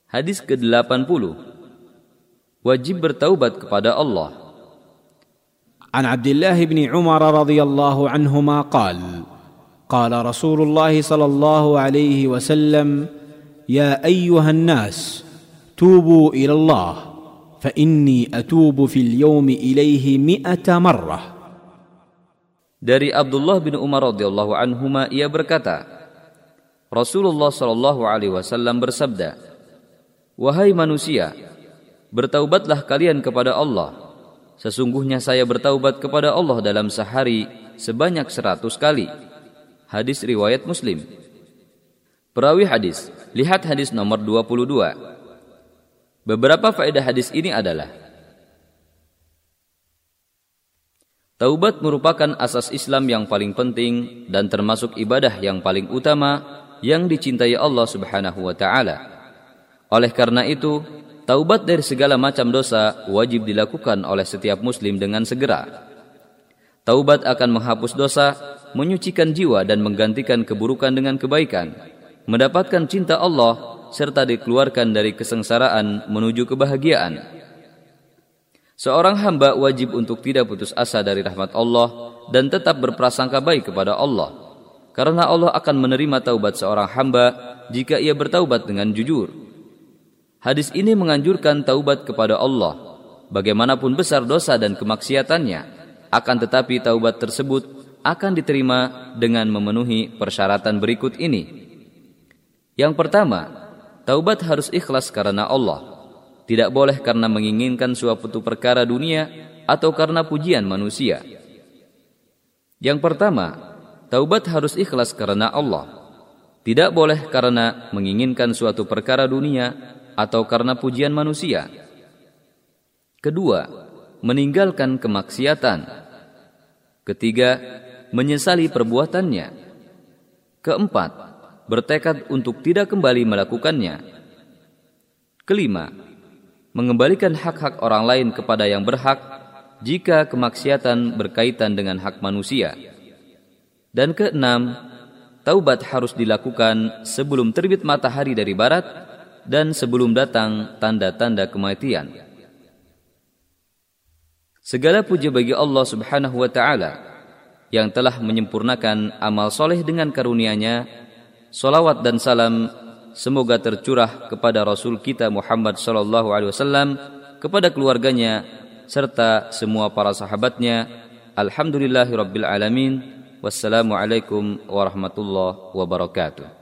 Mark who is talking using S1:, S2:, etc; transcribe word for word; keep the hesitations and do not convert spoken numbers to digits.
S1: Hadis ke-delapan puluh. Wajib bertaubat kepada Allah.
S2: An Abdullah bin Umar radhiyallahu anhuma qala qala Rasulullah sallallahu alaihi wasallam ya ayyuhan nas tubu ila Allah fa inni atubu fil yawmi ilayhi mi'ata marrah.
S1: Dari Abdullah bin Umar radhiyallahu anhuma ia berkata, Rasulullah sallallahu alaihi wasallam bersabda, wahai manusia, bertaubatlah kalian kepada Allah. Sesungguhnya saya bertaubat kepada Allah dalam sehari sebanyak seratus kali. Hadis riwayat Muslim. Perawi hadis, lihat hadis nomor dua puluh dua. Beberapa faedah hadis ini adalah: taubat merupakan asas Islam yang paling penting dan termasuk ibadah yang paling utama yang dicintai Allah Subhanahu wa taala. Oleh karena itu, taubat dari segala macam dosa wajib dilakukan oleh setiap muslim dengan segera. Taubat akan menghapus dosa, menyucikan jiwa dan menggantikan keburukan dengan kebaikan, mendapatkan cinta Allah serta dikeluarkan dari kesengsaraan menuju kebahagiaan. Seorang hamba wajib untuk tidak putus asa dari rahmat Allah dan tetap berprasangka baik kepada Allah, karena Allah akan menerima taubat seorang hamba jika ia bertaubat dengan jujur. Hadis ini menganjurkan taubat kepada Allah, bagaimanapun besar dosa dan kemaksiatannya, akan tetapi taubat tersebut akan diterima dengan memenuhi persyaratan berikut ini. Yang pertama, taubat harus ikhlas karena Allah. Tidak boleh karena menginginkan suatu perkara dunia atau karena pujian manusia. Yang pertama, taubat harus ikhlas karena Allah. Tidak boleh karena menginginkan suatu perkara dunia atau karena pujian manusia. Kedua, meninggalkan kemaksiatan. Ketiga, menyesali perbuatannya. Keempat, bertekad untuk tidak kembali melakukannya. Kelima, mengembalikan hak-hak orang lain kepada yang berhak jika kemaksiatan berkaitan dengan hak manusia. Dan keenam, taubat harus dilakukan sebelum terbit matahari dari barat dan sebelum datang tanda-tanda kematian. Segala puji bagi Allah Subhanahu wa taala yang telah menyempurnakan amal soleh dengan karunia-Nya. Salawat dan salam semoga tercurah kepada Rasul kita Muhammad sallallahu alaihi wasallam, kepada keluarganya serta semua para sahabatnya. Alhamdulillahirabbil alamin. Wassalamualaikum warahmatullahi wabarakatuh.